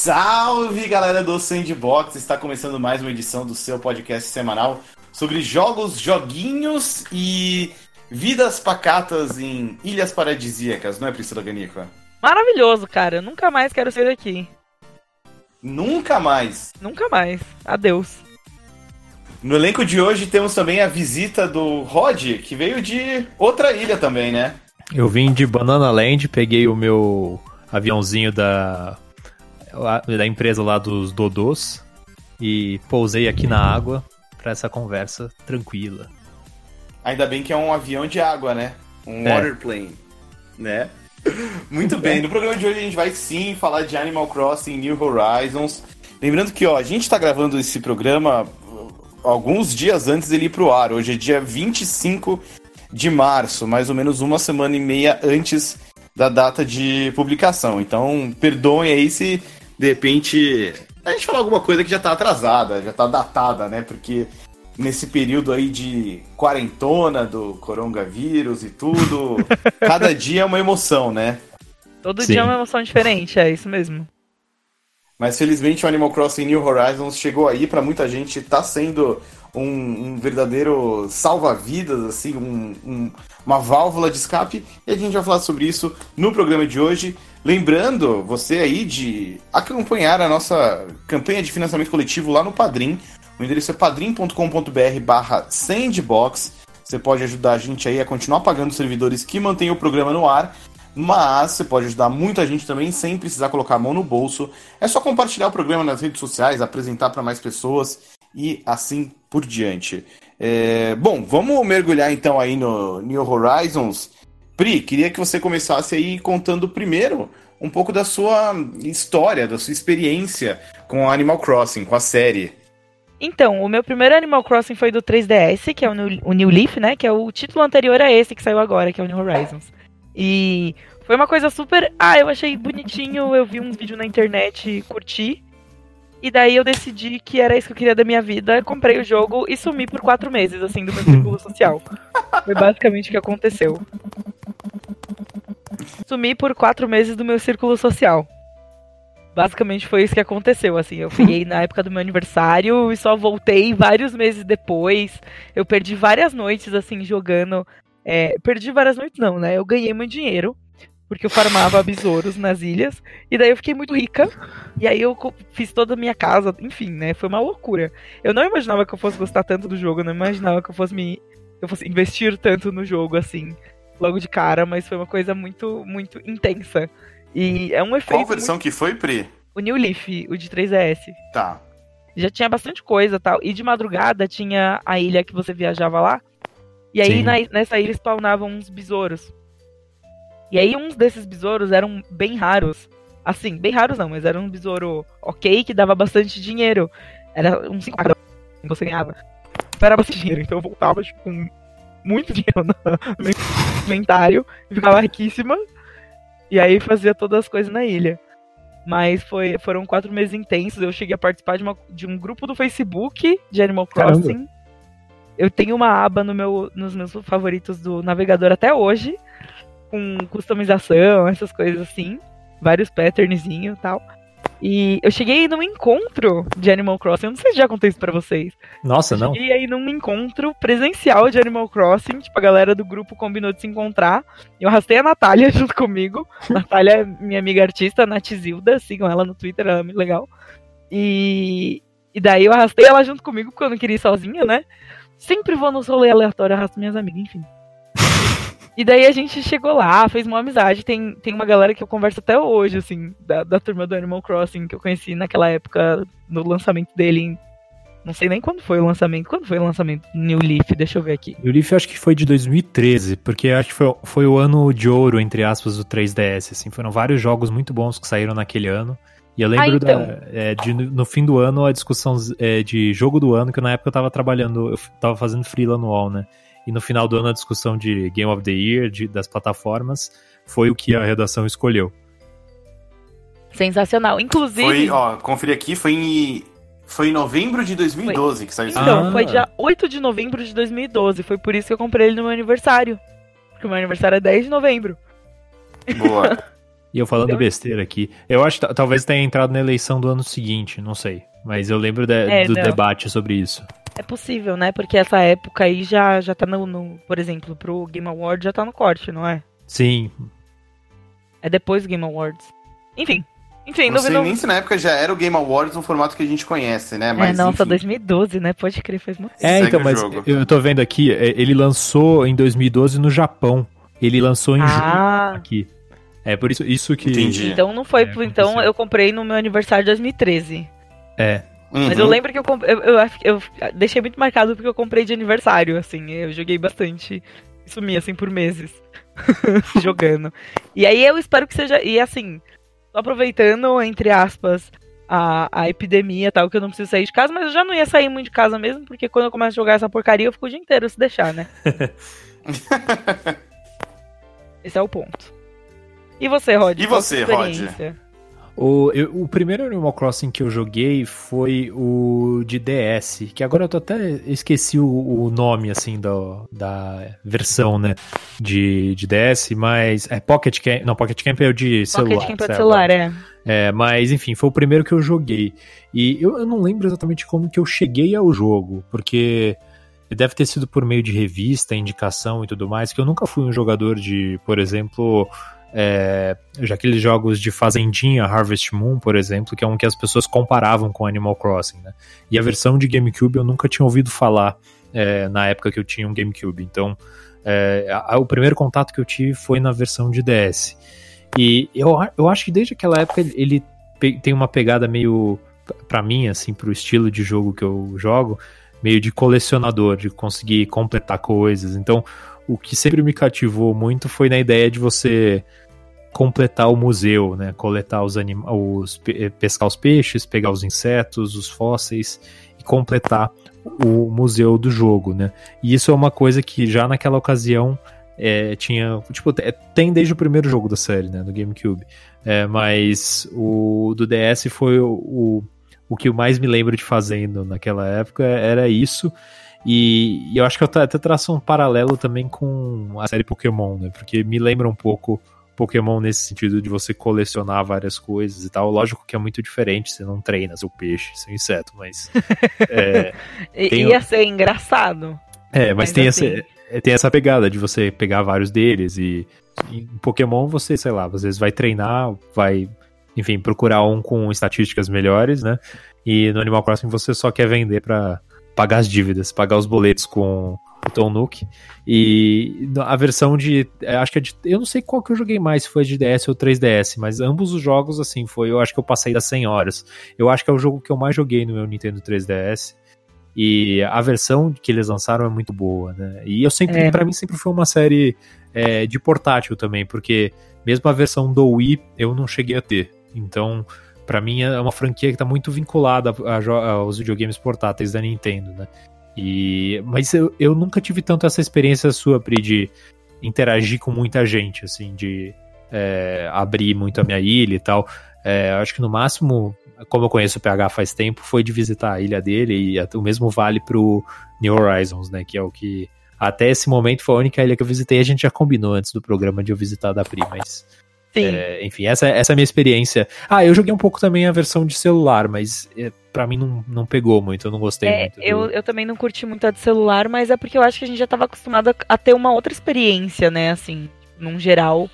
Salve, galera do Sandbox! Está começando mais uma edição do seu podcast semanal sobre jogos, joguinhos e vidas pacatas em ilhas paradisíacas, não é, Priscila Ganico? Maravilhoso, cara. Eu nunca mais quero sair daqui. Nunca mais! Nunca mais. Adeus. No elenco de hoje temos também a visita do Rod, que veio de outra ilha também, né? Eu vim de Banana Land, peguei o meu aviãozinho da empresa lá dos Dodôs e pousei aqui na água pra essa conversa tranquila. Ainda bem que é um avião de água, né? Um waterplane, né? Muito bem, no programa de hoje a gente vai sim falar de Animal Crossing New Horizons. Lembrando que a gente tá gravando esse programa alguns dias antes dele ir pro ar. Hoje é dia 25 de março, mais ou menos uma semana e meia antes da data de publicação. Então, perdoem aí se, de repente, a gente falar alguma coisa que já tá atrasada, já tá datada, né? Porque nesse período aí de quarentona do coronavírus e tudo, cada dia é uma emoção, né? Todo dia é uma emoção diferente, é isso mesmo. Mas felizmente o Animal Crossing New Horizons chegou aí, pra muita gente tá sendo um verdadeiro salva-vidas, assim, uma válvula de escape, e a gente vai falar sobre isso no programa de hoje. Lembrando você aí de acompanhar a nossa campanha de financiamento coletivo lá no Padrim. O endereço é padrim.com.br/sandbox. Você pode ajudar a gente aí a continuar pagando os servidores que mantêm o programa no ar, mas você pode ajudar muita gente também sem precisar colocar a mão no bolso. É só compartilhar o programa nas redes sociais, apresentar para mais pessoas e assim por diante. Bom, vamos mergulhar então aí no New Horizons. Pri, queria que você começasse aí contando primeiro um pouco da sua história, da sua experiência com Animal Crossing, com a série. Então, o meu primeiro Animal Crossing foi do 3DS, que é o New Leaf, né? Que é o título anterior a esse que saiu agora, que é o New Horizons. E foi uma coisa super... eu achei bonitinho, eu vi uns vídeos na internet, curti. E daí eu decidi que era isso que eu queria da minha vida, comprei o jogo e sumi por 4 meses, assim, do meu círculo social. Foi basicamente o que aconteceu. Sumi por 4 meses do meu círculo social. Basicamente foi isso que aconteceu, assim, eu peguei na época do meu aniversário e só voltei vários meses depois. Eu perdi várias noites, assim, jogando. Perdi várias noites não, né? Eu ganhei muito dinheiro, porque eu farmava besouros nas ilhas, e daí eu fiquei muito rica, e aí eu fiz toda a minha casa, enfim, né? Foi uma loucura. Eu não imaginava que eu fosse gostar tanto do jogo, eu não imaginava que eu fosse investir tanto no jogo, assim, logo de cara, mas foi uma coisa muito, muito intensa. E é um efeito. Qual versão que foi, Pri? O New Leaf, o de 3DS. Tá. Já tinha bastante coisa e tal. E de madrugada tinha a ilha que você viajava lá. E aí nessa ilha spawnavam uns besouros. E aí uns desses besouros eram bem raros. Assim, bem raros não, mas era um besouro ok que dava bastante dinheiro. Era uns 5 que você ganhava. Era bastante dinheiro, então eu voltava tipo, com muito dinheiro no meu inventário. E ficava riquíssima. E aí fazia todas as coisas na ilha. Mas foram 4 meses intensos. Eu cheguei a participar de um grupo do Facebook de Animal Crossing. Caramba. Eu tenho uma aba nos meus favoritos do navegador até hoje. Com customização, essas coisas assim. Vários patternzinhos e tal. E eu cheguei num encontro de Animal Crossing. Eu não sei se já contei isso pra vocês. Nossa, não. Eu cheguei aí num encontro presencial de Animal Crossing. Tipo, a galera do grupo combinou de se encontrar. Eu arrastei a Natália junto comigo. Natália é minha amiga artista, Natizilda. Sigam ela no Twitter, ela é muito legal. E daí eu arrastei ela junto comigo, porque eu não queria ir sozinha, né? Sempre vou nos rolês aleatórios, arrasto minhas amigas, enfim. E daí a gente chegou lá, fez uma amizade. Tem uma galera que eu converso até hoje, assim, da turma do Animal Crossing, que eu conheci naquela época, no lançamento dele. Não sei nem quando foi o lançamento. Quando foi o lançamento do New Leaf? Deixa eu ver aqui. New Leaf eu acho que foi de 2013, porque acho que foi o ano de ouro, entre aspas, do 3DS, assim. Foram vários jogos muito bons que saíram naquele ano. E eu lembro no fim do ano, a discussão de jogo do ano, que na época eu tava trabalhando, eu tava fazendo freela no UOL, né? E no final do ano a discussão de Game of the Year, das plataformas, foi o que a redação escolheu. Sensacional. Inclusive... Conferi aqui, foi em novembro de 2012 que saiu isso. Então, foi dia 8 de novembro de 2012. Foi por isso que eu comprei ele no meu aniversário. Porque o meu aniversário é 10 de novembro. Boa. E eu falando besteira aqui. Eu acho que talvez tenha entrado na eleição do ano seguinte, não sei. Mas eu lembro do debate sobre isso. É possível, né? Porque essa época aí já tá por exemplo, pro Game Awards já tá no corte, não é? Sim. É depois do Game Awards. Enfim, não sei nem se na época já era o Game Awards no formato que a gente conhece, né? Mas, nossa, 2012, né? Pode crer, faz muito tempo. Então, mas eu tô vendo aqui, ele lançou em 2012 no Japão. Ele lançou em junho aqui. É por isso que... Entendi. Então não foi... então eu comprei no meu aniversário de 2013. Mas eu lembro que eu deixei muito marcado porque eu comprei de aniversário, assim. Eu joguei bastante. E sumi, assim, por meses. Jogando. E aí eu espero que seja... E assim, tô aproveitando, entre aspas, a epidemia e tal, que eu não preciso sair de casa. Mas eu já não ia sair muito de casa mesmo, porque quando eu começo a jogar essa porcaria, eu fico o dia inteiro, se deixar, né? Esse é o ponto. E você, Rod? E você, Rod? O primeiro Animal Crossing que eu joguei foi o de DS, que agora eu até esqueci o nome, assim, da versão, né, de DS, mas Pocket Camp, não, Pocket Camp é o de celular. Pocket Camp é de celular, mas enfim, foi o primeiro que eu joguei. E eu não lembro exatamente como que eu cheguei ao jogo, porque deve ter sido por meio de revista, indicação e tudo mais, que eu nunca fui um jogador de, por exemplo... já aqueles jogos de fazendinha, Harvest Moon, por exemplo, que é um que as pessoas comparavam com Animal Crossing, né? E a versão de GameCube eu nunca tinha ouvido falar na época que eu tinha um GameCube. Então, o primeiro contato que eu tive foi na versão de DS. E eu acho que desde aquela época ele tem uma pegada meio, pra mim, assim, pro estilo de jogo que eu jogo, meio de colecionador, de conseguir completar coisas. Então, o que sempre me cativou muito foi na ideia de você completar o museu, né? Coletar pescar os peixes, pegar os insetos, os fósseis e completar o museu do jogo, né? E isso é uma coisa que já naquela ocasião tinha... Tipo, tem desde o primeiro jogo da série, né? Do GameCube. Mas o do DS foi o que eu mais me lembro de fazendo naquela época, era isso. E eu acho que eu até traço um paralelo também com a série Pokémon, né? Porque me lembra um pouco Pokémon nesse sentido de você colecionar várias coisas e tal. Lógico que é muito diferente, você não treina seu peixe, seu inseto, mas... Ia ser engraçado. Mas tem, assim... tem essa pegada de você pegar vários deles e em Pokémon você, sei lá, às vezes vai treinar, vai, enfim, procurar um com estatísticas melhores, né? E no Animal Crossing você só quer vender pra pagar as dívidas, pagar os boletos com o Tom Nook. E a versão acho que eu não sei qual que eu joguei mais, se foi de DS ou 3DS, mas ambos os jogos, assim, eu acho que eu passei das 100 horas. Eu acho que é o jogo que eu mais joguei no meu Nintendo 3DS. E a versão que eles lançaram é muito boa, né? E pra mim sempre foi uma série de portátil também, porque mesmo a versão do Wii eu não cheguei a ter. Então, pra mim é uma franquia que tá muito vinculada aos videogames portáteis da Nintendo, né? Mas eu nunca tive tanto essa experiência sua, Pri, de interagir com muita gente, assim, de abrir muito a minha ilha e tal. Acho que no máximo, como eu conheço o PH faz tempo, foi de visitar a ilha dele, e o mesmo vale pro New Horizons, né? Que é o que até esse momento foi a única ilha que eu visitei. A gente já combinou antes do programa de eu visitar a da Pri, mas... enfim, essa é a minha experiência. Eu joguei um pouco também a versão de celular, mas pra mim não pegou muito, eu não gostei muito. Eu também não curti muito a de celular, mas é porque eu acho que a gente já tava acostumado a ter uma outra experiência, né, assim, num geral,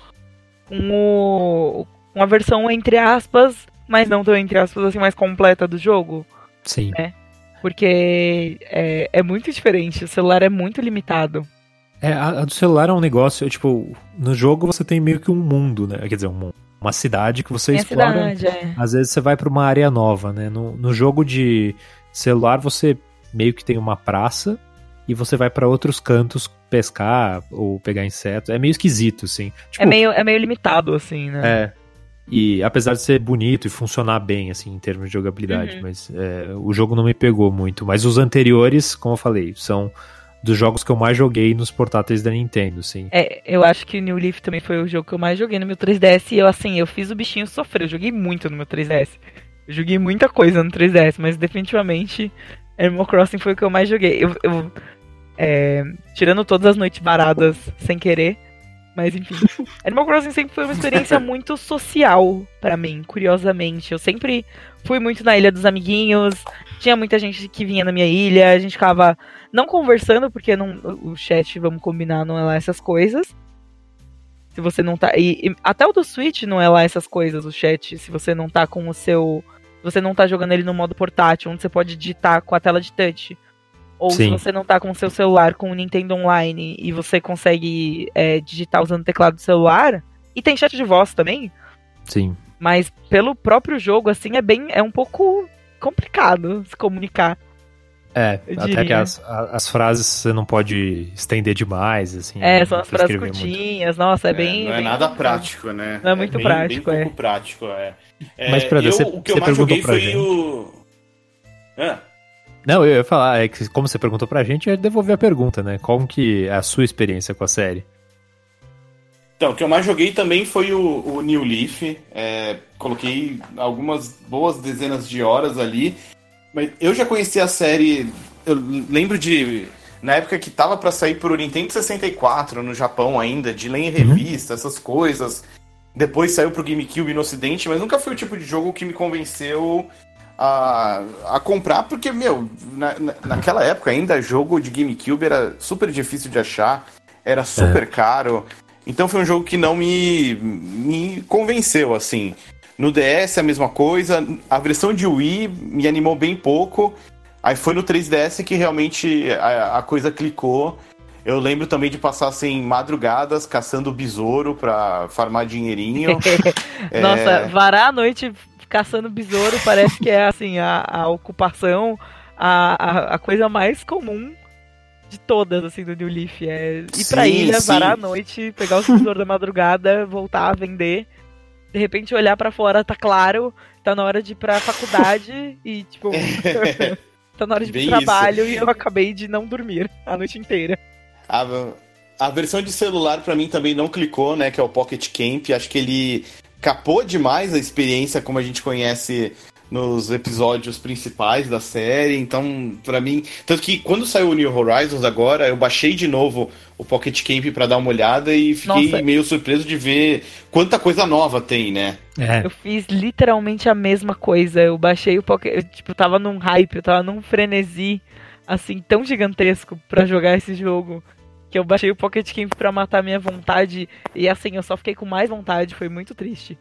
com a versão entre aspas, mas não tão entre aspas, assim, mais completa do jogo. Sim. Né? Porque é muito diferente, o celular é muito limitado. A do celular é um negócio, tipo, no jogo você tem meio que um mundo, né? Quer dizer, uma cidade que você explora. Às vezes você vai pra uma área nova, né? No jogo de celular você meio que tem uma praça e você vai pra outros cantos pescar ou pegar insetos. É meio esquisito, assim. Tipo, é meio limitado, assim, né? E apesar de ser bonito e funcionar bem, assim, em termos de jogabilidade, mas o jogo não me pegou muito. Mas os anteriores, como eu falei, são dos jogos que eu mais joguei nos portáteis da Nintendo, sim. Eu acho que o New Leaf também foi o jogo que eu mais joguei no meu 3DS, e eu fiz o bichinho sofrer, eu joguei muito no meu 3DS. Eu joguei muita coisa no 3DS, mas definitivamente Animal Crossing foi o que eu mais joguei. Tirando todas as noites baradas sem querer, Mas enfim. Animal Crossing sempre foi uma experiência muito social pra mim, curiosamente. Eu sempre fui muito na ilha dos amiguinhos. Tinha muita gente que vinha na minha ilha. A gente ficava não conversando, porque não, o chat, vamos combinar, não é lá essas coisas. Se você não tá. E até o do Switch não é lá essas coisas, o chat. Se você não tá com o seu. Se você não tá jogando ele no modo portátil, onde você pode digitar com a tela de touch. Ou Sim. se você não tá com o seu celular com o Nintendo Online e você consegue digitar usando o teclado do celular. E tem chat de voz também. Sim. Mas pelo próprio jogo, assim, é um pouco complicado se comunicar. Até que as frases você não pode estender demais, assim. São as frases curtinhas, muito. Nossa, bem... Não é bem nada complicado. prático, né? Não é muito prático, bem pouco prático, Mas, Prada, o que eu mais joguei foi o... Não, eu ia falar, que como você perguntou pra gente, é devolver a pergunta, né? Como que é a sua experiência com a série? Então, o que eu mais joguei também foi o New Leaf. Coloquei algumas boas dezenas de horas ali. Mas eu já conhecia a série, eu lembro de... Na época que tava pra sair pro Nintendo 64 no Japão ainda, de ler em revista, essas coisas. Depois saiu pro GameCube no Ocidente, mas nunca foi o tipo de jogo que me convenceu a comprar, porque, naquela época ainda jogo de GameCube era super difícil de achar, era super caro, então foi um jogo que não me convenceu, assim. No DS a mesma coisa, a versão de Wii me animou bem pouco, aí foi no 3DS que realmente a coisa clicou. Eu lembro também de passar, assim, madrugadas caçando besouro pra farmar dinheirinho. Nossa, varar a noite caçando besouro parece que é, assim, a ocupação, a coisa mais comum de todas, assim, do New Leaf. Ir pra ilha, varar a noite, pegar os besouros da madrugada, voltar, vender. De repente olhar pra fora, tá claro, tá na hora de ir pra faculdade e, tipo... tá na hora de ir pro trabalho e eu acabei de não dormir a noite inteira. A versão de celular pra mim também não clicou, né, que é o Pocket Camp. Acho que ele capou demais a experiência como a gente conhece nos episódios principais da série. Então, pra mim... Tanto que quando saiu o New Horizons agora, eu baixei de novo o Pocket Camp pra dar uma olhada e fiquei meio surpreso de ver quanta coisa nova tem, né? Eu fiz literalmente a mesma coisa. Eu baixei o Pocket... Eu tava num hype, eu tava num frenesi, assim, tão gigantesco pra jogar esse jogo, que eu baixei o Pocket Camp pra matar a minha vontade, e assim, eu só fiquei com mais vontade, foi muito triste.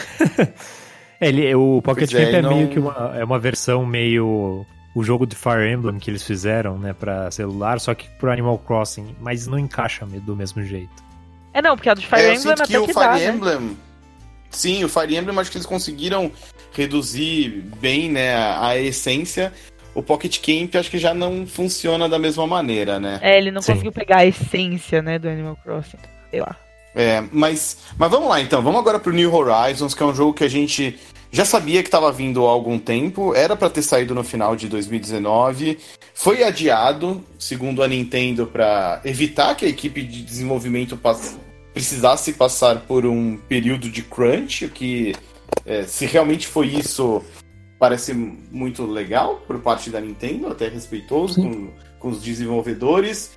O Pocket Camp meio que uma versão meio... O jogo de Fire Emblem que eles fizeram, né, pra celular, só que pro Animal Crossing, mas não encaixa do mesmo jeito. Não, porque a do Fire Emblem até que o dá, Fire Emblem... Né? Sim, o Fire Emblem acho que eles conseguiram reduzir bem, né, a essência. O Pocket Camp acho que já não funciona da mesma maneira, né? Ele não conseguiu pegar a essência, né, do Animal Crossing, sei lá. Mas vamos lá então, vamos agora pro New Horizons, que é um jogo que a gente já sabia que estava vindo há algum tempo, era para ter saído no final de 2019, foi adiado, segundo a Nintendo, para evitar que a equipe de desenvolvimento precisasse passar por um período de crunch, que se realmente foi isso, parece muito legal por parte da Nintendo, até respeitoso com os desenvolvedores.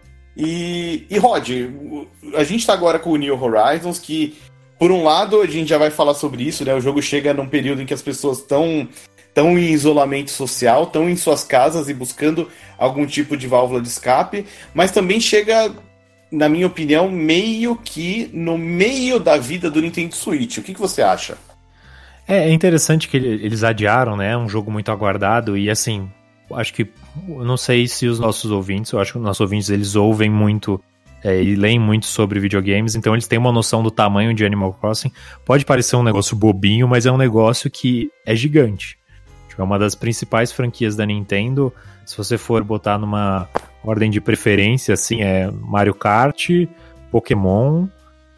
E Rod, a gente tá agora com o New Horizons, que, por um lado, a gente já vai falar sobre isso, né? O jogo chega num período em que as pessoas estão em isolamento social, estão em suas casas e buscando algum tipo de válvula de escape, mas também chega, na minha opinião, meio que no meio da vida do Nintendo Switch. O que você acha? É interessante que eles adiaram, né? Um jogo muito aguardado e, assim... Acho que, eu não sei se os nossos ouvintes, eu acho que os nossos ouvintes, eles ouvem muito e leem muito sobre videogames, então eles têm uma noção do tamanho de Animal Crossing. Pode parecer um negócio bobinho, mas é um negócio que é gigante. É uma das principais franquias da Nintendo. Se você for botar numa ordem de preferência, assim, é Mario Kart, Pokémon,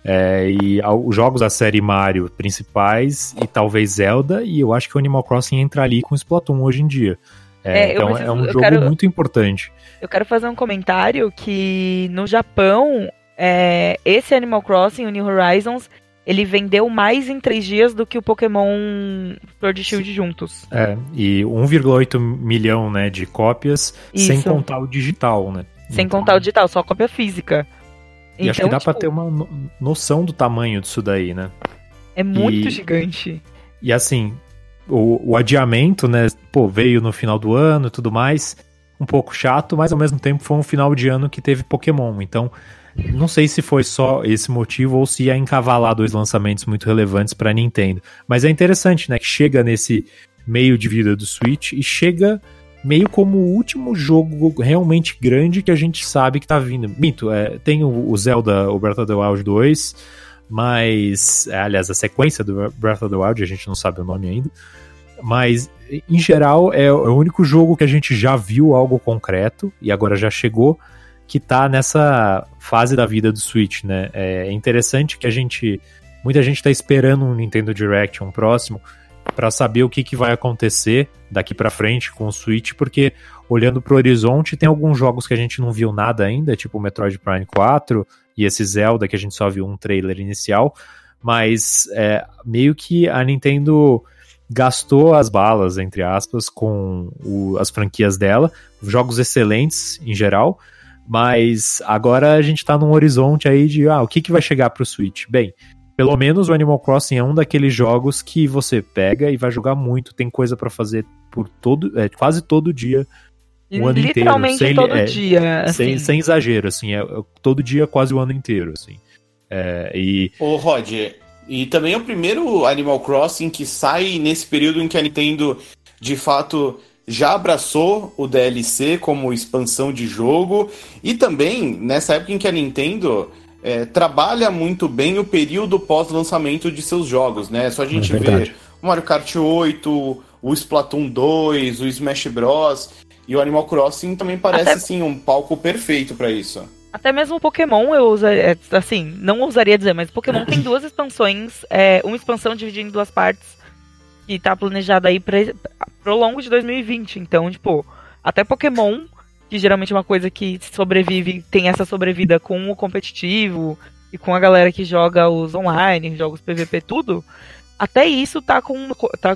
e os jogos da série Mario principais, e talvez Zelda, e eu acho que o Animal Crossing entra ali com o Splatoon hoje em dia. Então é um jogo muito importante. Eu quero fazer um comentário que no Japão, esse Animal Crossing, o New Horizons, ele vendeu mais em 3 dias do que o Pokémon Sword e Shield juntos. E 1,8 milhão, né, de cópias, sem contar o digital, né? Sem contar o digital, só cópia física. E acho que dá pra ter uma noção do tamanho disso daí, né? É muito gigante. E assim, o adiamento, né, veio no final do ano e tudo mais, um pouco chato, mas ao mesmo tempo foi um final de ano que teve Pokémon, então não sei se foi só esse motivo ou se ia encavalar 2 lançamentos muito relevantes pra Nintendo. Mas é interessante, né, que chega nesse meio de vida do Switch e chega meio como o último jogo realmente grande que a gente sabe que tá vindo. Minto, tem o Zelda, o Breath of the Wild 2, mas, aliás, a sequência do Breath of the Wild, a gente não sabe o nome ainda, mas, em geral, é o único jogo que a gente já viu algo concreto, e agora já chegou, que tá nessa fase da vida do Switch, né? É interessante que muita gente tá esperando um Nintendo Direct, um próximo, para saber o que vai acontecer daqui para frente com o Switch, porque olhando pro horizonte tem alguns jogos que a gente não viu nada ainda, tipo o Metroid Prime 4 e esse Zelda que a gente só viu um trailer inicial, mas meio que a Nintendo gastou as balas, entre aspas, com as franquias dela, jogos excelentes em geral, mas agora a gente tá num horizonte aí de o que vai chegar pro Switch? Bem, pelo menos o Animal Crossing é um daqueles jogos que você pega e vai jogar muito, tem coisa pra fazer por quase todo dia, o ano inteiro. Literalmente todo dia. Assim. Sem exagero, assim, todo dia quase o ano inteiro, assim. Ô, Rod, e também é o primeiro Animal Crossing que sai nesse período em que a Nintendo, de fato, já abraçou o DLC como expansão de jogo, e também nessa época em que a Nintendo trabalha muito bem o período pós-lançamento de seus jogos, né? Só a gente ver o Mario Kart 8, o Splatoon 2, o Smash Bros. E o Animal Crossing também parece, assim, um palco perfeito pra isso. Até mesmo o Pokémon, assim, não ousaria dizer, mas o Pokémon tem 2 expansões, uma expansão dividida em 2 partes, que tá planejada aí pro longo de 2020. Então, tipo, até Pokémon, que geralmente é uma coisa que sobrevive, tem essa sobrevida com o competitivo e com a galera que joga os online, jogos PVP, tudo, até isso tá com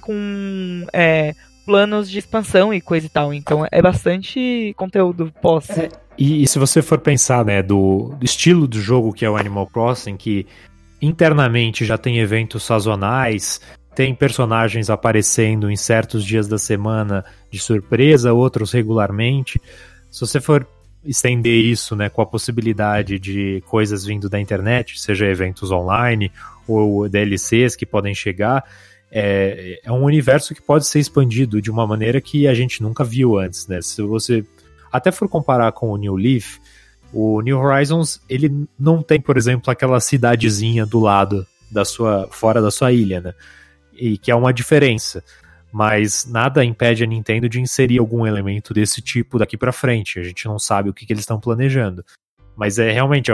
planos de expansão e coisa e tal. Então é bastante conteúdo pós. E se você for pensar, né, do estilo do jogo que é o Animal Crossing, que internamente já tem eventos sazonais, tem personagens aparecendo em certos dias da semana de surpresa, outros regularmente. Se você for estender isso, né, com a possibilidade de coisas vindo da internet, seja eventos online ou DLCs que podem chegar, é um universo que pode ser expandido de uma maneira que a gente nunca viu antes, né? Se você até for comparar com o New Leaf, o New Horizons, ele não tem, por exemplo, aquela cidadezinha do lado fora da sua ilha, né? E que é uma diferença. Mas nada impede a Nintendo de inserir algum elemento desse tipo daqui pra frente. A gente não sabe o que eles estão planejando. Mas realmente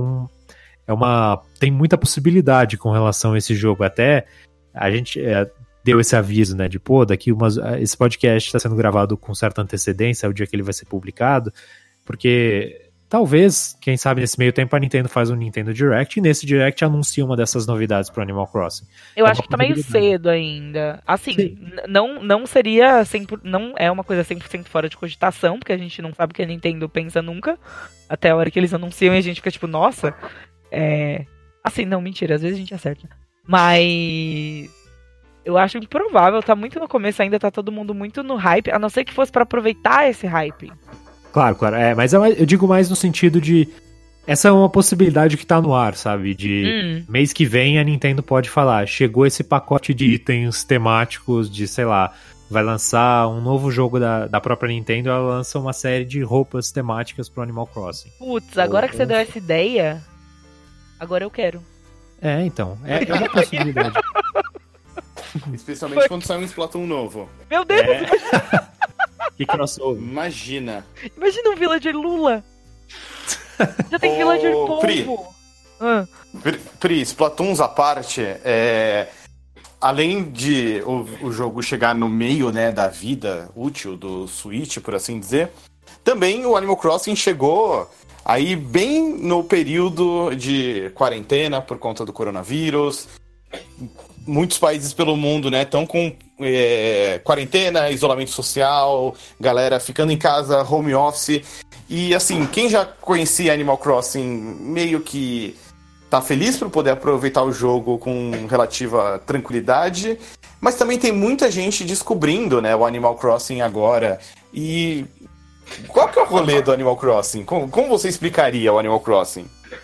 tem muita possibilidade com relação a esse jogo. Até a gente deu esse aviso, né, de esse podcast está sendo gravado com certa antecedência, é o dia que ele vai ser publicado, porque talvez, quem sabe nesse meio tempo a Nintendo faz um Nintendo Direct e nesse Direct anuncia uma dessas novidades pro Animal Crossing. Eu acho que tá meio cedo ainda. Assim, não seria não é uma coisa 100% fora de cogitação, porque a gente não sabe o que a Nintendo pensa nunca, até a hora que eles anunciam e a gente fica tipo, nossa, assim, não, mentira, às vezes a gente acerta. Mas eu acho improvável, tá muito no começo ainda, tá todo mundo muito no hype, a não ser que fosse pra aproveitar esse hype. Claro, mas eu digo mais no sentido de, essa é uma possibilidade que tá no ar, sabe, de mês que vem a Nintendo pode falar, chegou esse pacote de itens temáticos de, sei lá, vai lançar um novo jogo da própria Nintendo, ela lança uma série de roupas temáticas pro Animal Crossing. Putz, agora que você deu essa ideia, agora eu quero. Então, é uma possibilidade. Especialmente quando sai um Splatoon novo. Meu Deus! Que crossover. Imagina um Villager Lula. Já tem Villager Polvo. Pri, Splatoons à parte, além de o jogo chegar no meio, né, da vida útil do Switch, por assim dizer, também o Animal Crossing chegou aí bem no período de quarentena por conta do coronavírus. muitos países pelo mundo, né, estão com quarentena, isolamento social, galera ficando em casa, home office. E assim, quem já conhecia Animal Crossing meio que tá feliz por poder aproveitar o jogo com relativa tranquilidade, mas também tem muita gente descobrindo, né, o Animal Crossing agora. E qual que é o rolê do Animal Crossing? Como você explicaria o Animal Crossing?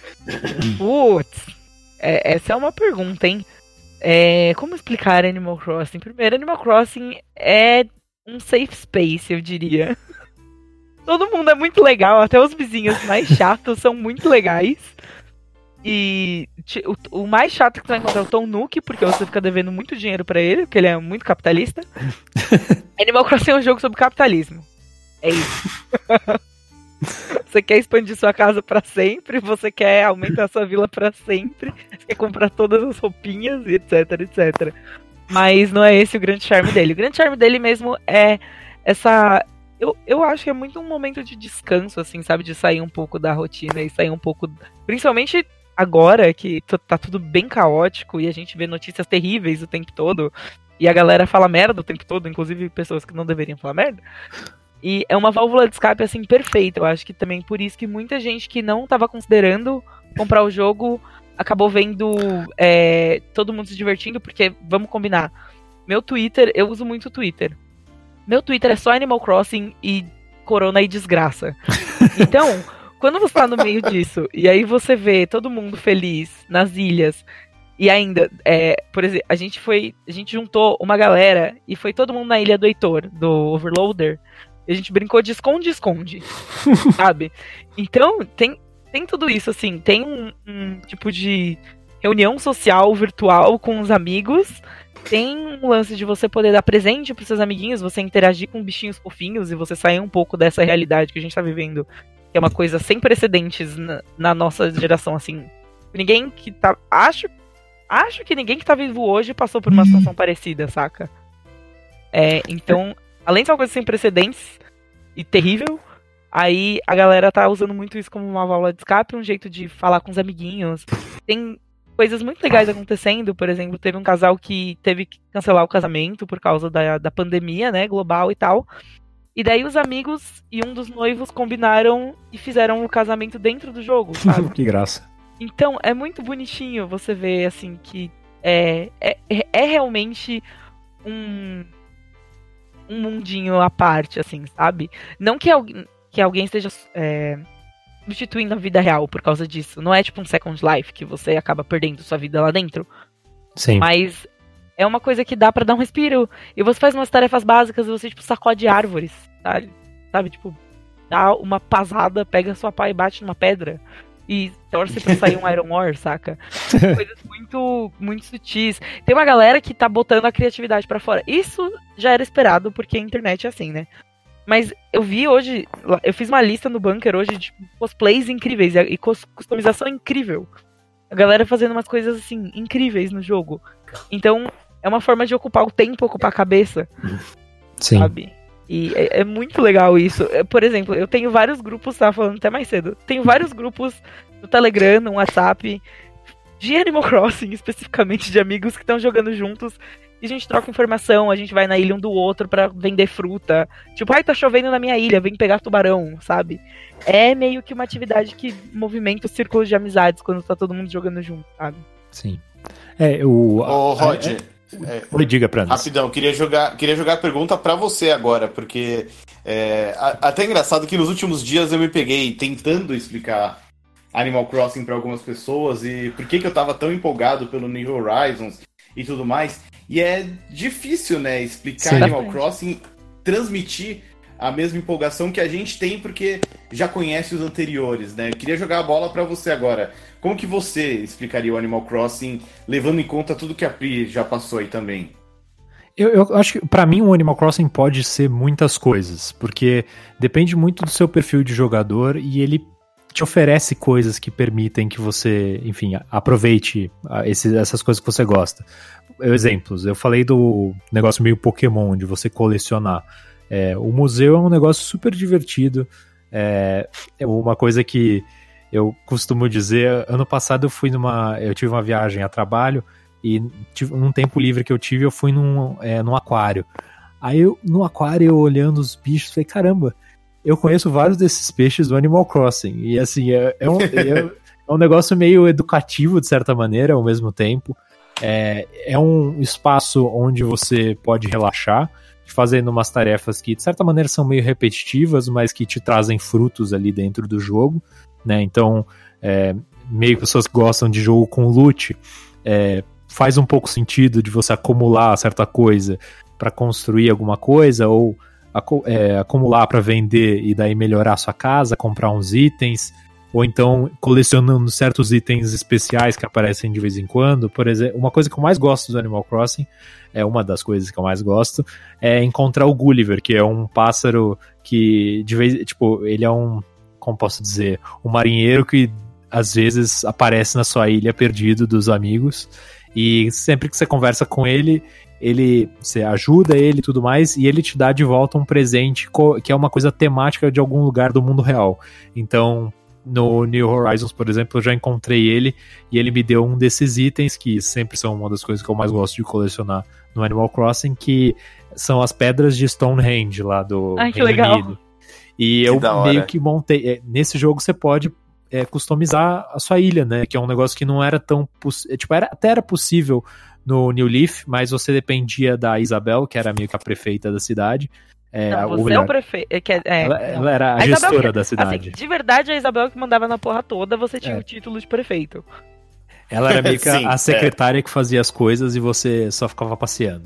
Putz, essa é uma pergunta, hein? Como explicar Animal Crossing? Primeiro, Animal Crossing é um safe space, eu diria. Todo mundo é muito legal, até os vizinhos mais chatos são muito legais. E o mais chato que tu vai encontrar é o Tom Nook, porque você fica devendo muito dinheiro pra ele, porque ele é muito capitalista. Animal Crossing é um jogo sobre capitalismo. É isso. Você quer expandir sua casa pra sempre, você quer aumentar sua vila pra sempre, você quer comprar todas as roupinhas, etc, etc. Mas não é esse o grande charme dele. O grande charme dele mesmo é essa... Eu acho que é muito um momento de descanso, assim, sabe? De sair um pouco da rotina e sair um pouco... Principalmente agora que tá tudo bem caótico e a gente vê notícias terríveis o tempo todo e a galera fala merda o tempo todo, inclusive pessoas que não deveriam falar merda. E é uma válvula de escape, assim, perfeita. Eu acho que também por isso que muita gente que não tava considerando comprar o jogo acabou vendo todo mundo se divertindo, porque, vamos combinar, meu Twitter, eu uso muito o Twitter. Meu Twitter é só Animal Crossing e corona e desgraça. Então, quando você tá no meio disso, e aí você vê todo mundo feliz nas ilhas, e ainda, por exemplo, a gente juntou uma galera e foi todo mundo na ilha do Heitor, do Overloader, e a gente brincou de esconde-esconde, sabe? Então, tem tudo isso, assim, tem um tipo de reunião social virtual com os amigos. Tem um lance de você poder dar presente pros seus amiguinhos, você interagir com bichinhos fofinhos e você sair um pouco dessa realidade que a gente tá vivendo, que é uma coisa sem precedentes na nossa geração, assim. Ninguém que tá... Acho que ninguém que tá vivo hoje passou por uma situação parecida, saca? Então, além de ser uma coisa sem precedentes e terrível, aí a galera tá usando muito isso como uma válvula de escape, um jeito de falar com os amiguinhos. Tem coisas muito legais acontecendo, por exemplo, teve um casal que teve que cancelar o casamento por causa da pandemia, né, global e tal. E daí os amigos e um dos noivos combinaram e fizeram o casamento dentro do jogo, sabe? Que graça. Então, é muito bonitinho você ver, assim, que é realmente um mundinho à parte, assim, sabe? Não que alguém esteja... substituindo a vida real por causa disso. Não é tipo um Second Life que você acaba perdendo sua vida lá dentro. Sim. Mas é uma coisa que dá pra dar um respiro. E você faz umas tarefas básicas e você, tipo, sacode árvores, sabe? Tipo, dá uma pasada, pega sua pá e bate numa pedra. E torce pra sair um Iron Ore, saca? Coisas muito, muito sutis. Tem uma galera que tá botando a criatividade pra fora. Isso já era esperado, porque a internet é assim, né? Mas eu vi hoje, eu fiz uma lista no Bunker hoje de cosplays incríveis e customização incrível. A galera fazendo umas coisas assim, incríveis no jogo. Então, é uma forma de ocupar o tempo, ocupar a cabeça. Sim. Sabe? E é muito legal isso. Por exemplo, eu tenho vários grupos, tava falando até mais cedo, tenho vários grupos no Telegram, no WhatsApp, de Animal Crossing, especificamente de amigos que estão jogando juntos. E a gente troca informação, a gente vai na ilha um do outro pra vender fruta. Tipo, tá chovendo na minha ilha, vem pegar tubarão, sabe? É meio que uma atividade que movimenta o círculo de amizades quando tá todo mundo jogando junto, sabe? Sim. Rod, diga pra nós. Rapidão, queria jogar a pergunta pra você agora, porque até engraçado que nos últimos dias eu me peguei tentando explicar Animal Crossing pra algumas pessoas e por que eu tava tão empolgado pelo New Horizons e tudo mais. E é difícil, né, explicar Sim. Animal Crossing, transmitir a mesma empolgação que a gente tem porque já conhece os anteriores, né? Eu queria jogar a bola pra você agora. Como que você explicaria o Animal Crossing, levando em conta tudo que a Pri já passou aí também? Eu acho que, pra mim, o Animal Crossing pode ser muitas coisas, porque depende muito do seu perfil de jogador e ele te oferece coisas que permitem que você, enfim, aproveite essas coisas que você gosta. Exemplos, eu falei do negócio meio Pokémon, de você colecionar. O museu é um negócio super divertido, é uma coisa que eu costumo dizer. Ano passado eu tive uma viagem a trabalho e num tempo livre que eu tive, eu fui num aquário. Aí no aquário, eu olhando os bichos, falei, caramba, eu conheço vários desses peixes do Animal Crossing. E assim, é um negócio meio educativo, de certa maneira, ao mesmo tempo. É um espaço onde você pode relaxar, fazendo umas tarefas que, de certa maneira, são meio repetitivas, mas que te trazem frutos ali dentro do jogo, né? Então, meio que pessoas que gostam de jogo com loot, faz um pouco sentido de você acumular certa coisa para construir alguma coisa, ou acumular para vender e daí melhorar a sua casa, comprar uns itens, ou então colecionando certos itens especiais que aparecem de vez em quando. Por exemplo, uma coisa que eu mais gosto do Animal Crossing, uma das coisas que eu mais gosto, é encontrar o Gulliver, que é um pássaro que de vez, tipo, ele é como posso dizer, um marinheiro que às vezes aparece na sua ilha perdido dos amigos, e sempre que você conversa com ele, você ajuda ele e tudo mais, e ele te dá de volta um presente que é uma coisa temática de algum lugar do mundo real. Então, no New Horizons, por exemplo, eu já encontrei ele, e ele me deu um desses itens, que sempre são uma das coisas que eu mais gosto de colecionar no Animal Crossing, que são as pedras de Stonehenge lá do Reino legal. Unido. E eu meio que montei... Nesse jogo você pode customizar a sua ilha, né? Que é um negócio que não era tão... até era possível no New Leaf, mas você dependia da Isabel, que era meio que a prefeita da cidade. Não, você é o prefeito. Ela era a gestora da cidade. Assim, de verdade, a Isabel que mandava na porra toda, você tinha o título de prefeito. Ela era meio que a secretária que fazia as coisas e você só ficava passeando.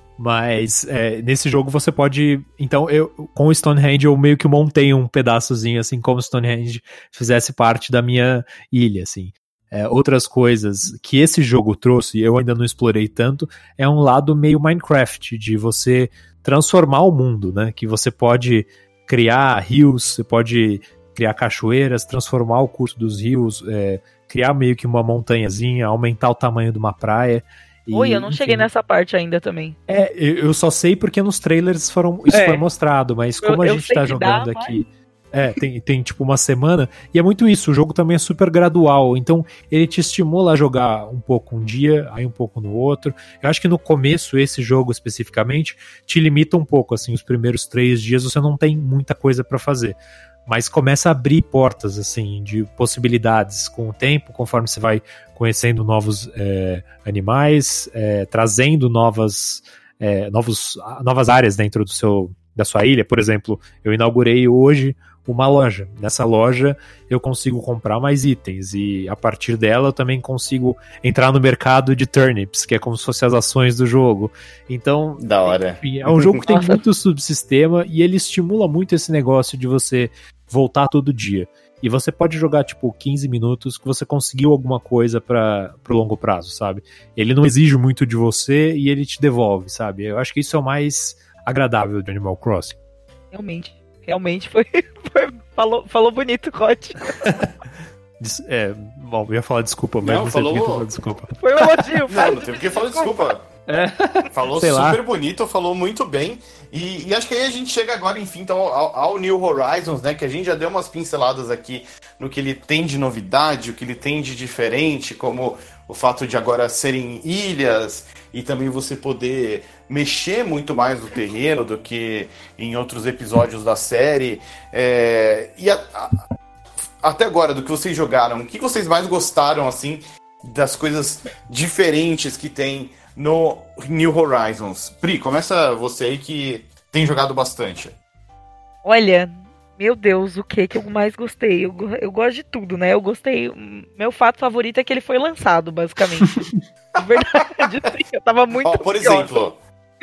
Mas nesse jogo você pode... Então, com o Stonehenge, eu meio que montei um pedaçozinho, assim, como o Stonehenge fizesse parte da minha ilha, assim. Outras coisas que esse jogo trouxe, e eu ainda não explorei tanto, é um lado meio Minecraft, de você transformar o mundo, né? Que você pode criar rios, você pode criar cachoeiras, transformar o curso dos rios, criar meio que uma montanhazinha, aumentar o tamanho de uma praia. Eu não cheguei nessa parte ainda também. Eu só sei porque nos trailers isso foi mostrado, mas como a gente tá jogando aqui... Tem tipo uma semana, e é muito isso, o jogo também é super gradual, então ele te estimula a jogar um pouco um dia, aí um pouco no outro. Eu acho que no começo, esse jogo especificamente, te limita um pouco, assim, os primeiros 3 dias você não tem muita coisa pra fazer, mas começa a abrir portas, assim, de possibilidades com o tempo, conforme você vai conhecendo novos animais, trazendo novas áreas dentro da sua ilha. Por exemplo, eu inaugurei hoje uma loja. Nessa loja eu consigo comprar mais itens, e a partir dela eu também consigo entrar no mercado de turnips, que é como se fossem as ações do jogo. Então, da hora. Enfim, é um jogo que tem muito subsistema, e ele estimula muito esse negócio de você voltar todo dia. E você pode jogar, tipo, 15 minutos que você conseguiu alguma coisa pro longo prazo, sabe? Ele não exige muito de você e ele te devolve, sabe? Eu acho que isso é o mais agradável de Animal Crossing. Realmente foi falou bonito, Rod. Bom, eu ia falar desculpa, mas não sei por que falou desculpa. Foi um elogio, não tem porque falar desculpa. Falou super bonito, falou muito bem. E acho que aí a gente chega agora, enfim, então, ao New Horizons, né? Que a gente já deu umas pinceladas aqui no que ele tem de novidade, o que ele tem de diferente, como o fato de agora serem ilhas e também você poder mexer muito mais no terreno do que em outros episódios da série. Até agora, do que vocês jogaram, o que vocês mais gostaram, assim, das coisas diferentes que tem no New Horizons? Pri, começa você aí que tem jogado bastante. Olha, meu Deus, o que eu mais gostei? Eu gosto de tudo, né? Eu gostei. Meu fato favorito é que ele foi lançado, basicamente. De verdade, sim, eu tava muito por exemplo,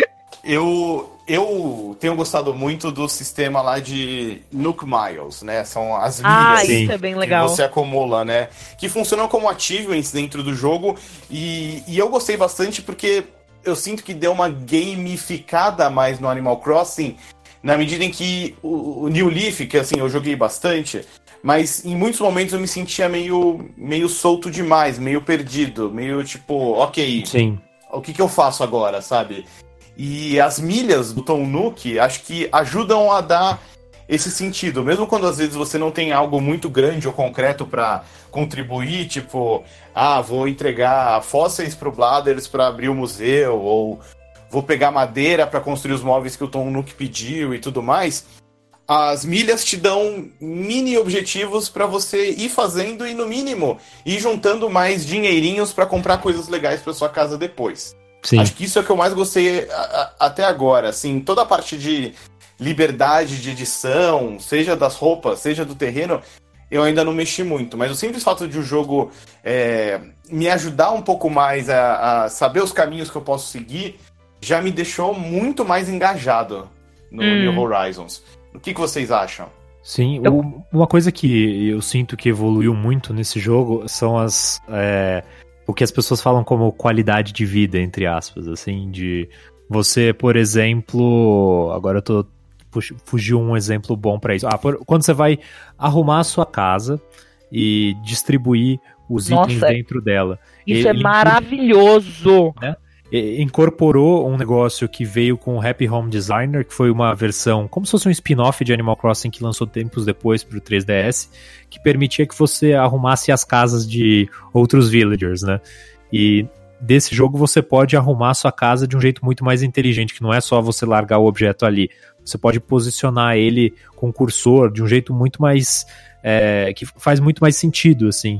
eu tenho gostado muito do sistema lá de Nook Miles, né? São as milhas isso é bem legal. Que você acumula, né? Que funcionam como achievements dentro do jogo. E eu gostei bastante porque eu sinto que deu uma gamificada a mais no Animal Crossing, na medida em que o New Leaf, que assim, eu joguei bastante, mas em muitos momentos eu me sentia meio solto demais, meio perdido, meio tipo, ok, sim, o que eu faço agora, sabe? E as milhas do Tom Nook, acho que ajudam a dar esse sentido. Mesmo quando às vezes você não tem algo muito grande ou concreto para contribuir, tipo, vou entregar fósseis pro Blathers para abrir o museu, ou vou pegar madeira para construir os móveis que o Tom Nook pediu e tudo mais. As milhas te dão mini objetivos para você ir fazendo e, no mínimo, ir juntando mais dinheirinhos para comprar coisas legais para sua casa depois. Sim. Acho que isso é o que eu mais gostei até agora. Assim, toda a parte de liberdade de edição, seja das roupas, seja do terreno, eu ainda não mexi muito. Mas o simples fato de o jogo me ajudar um pouco mais a saber os caminhos que eu posso seguir já me deixou muito mais engajado no New Horizons. O que vocês acham? Sim, uma coisa que eu sinto que evoluiu muito nesse jogo são o que as pessoas falam como qualidade de vida, entre aspas, assim, de você, por exemplo, agora fugiu um exemplo bom pra isso. Quando você vai arrumar a sua casa e distribuir os itens dentro dela. Isso é maravilhoso! Né? Incorporou um negócio que veio com o Happy Home Designer, que foi uma versão, como se fosse um spin-off de Animal Crossing que lançou tempos depois para o 3DS, que permitia que você arrumasse as casas de outros villagers, né? E desse jogo você pode arrumar a sua casa de um jeito muito mais inteligente, que não é só você largar o objeto ali. Você pode posicionar ele com o cursor de um jeito muito mais... que faz muito mais sentido, assim.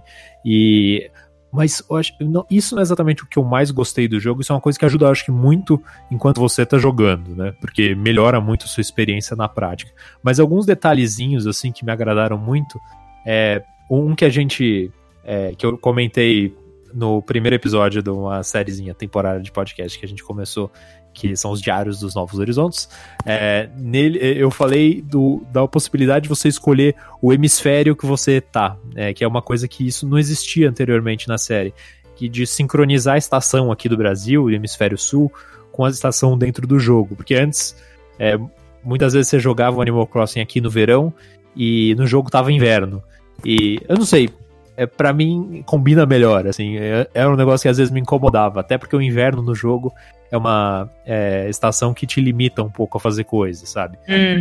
Mas eu acho, isso não é exatamente o que eu mais gostei do jogo. Isso é uma coisa que ajuda, eu acho que muito enquanto você tá jogando, né? Porque melhora muito a sua experiência na prática. Mas alguns detalhezinhos, assim, que me agradaram muito. Um que que eu comentei no primeiro episódio de uma sériezinha temporária de podcast que a gente começou, que são os Diários dos Novos Horizontes. Nele eu falei da possibilidade de você escolher o hemisfério que você tá, que é uma coisa que isso não existia anteriormente na série, que de sincronizar a estação aqui do Brasil, o hemisfério sul, com a estação dentro do jogo, porque antes muitas vezes você jogava o Animal Crossing aqui no verão e no jogo tava inverno, e eu não sei, pra mim combina melhor, assim, era um negócio que às vezes me incomodava, até porque o inverno no jogo é uma estação que te limita um pouco a fazer coisas, sabe?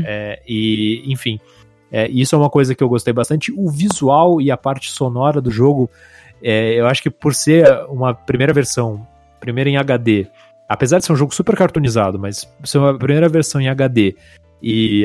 E, enfim, isso é uma coisa que eu gostei bastante. O visual e a parte sonora do jogo, eu acho que por ser uma primeira versão, primeira em HD, apesar de ser um jogo super cartoonizado, mas ser uma primeira versão em HD e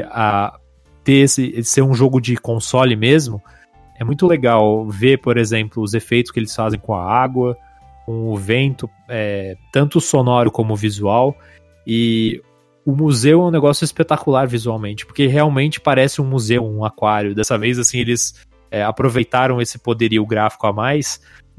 ser um jogo de console mesmo, é muito legal ver, por exemplo, os efeitos que eles fazem com a água, com o vento, tanto sonoro como visual, e o museu é um negócio espetacular visualmente, porque realmente parece um museu, um aquário. Dessa vez, assim, eles aproveitaram esse poderio gráfico a mais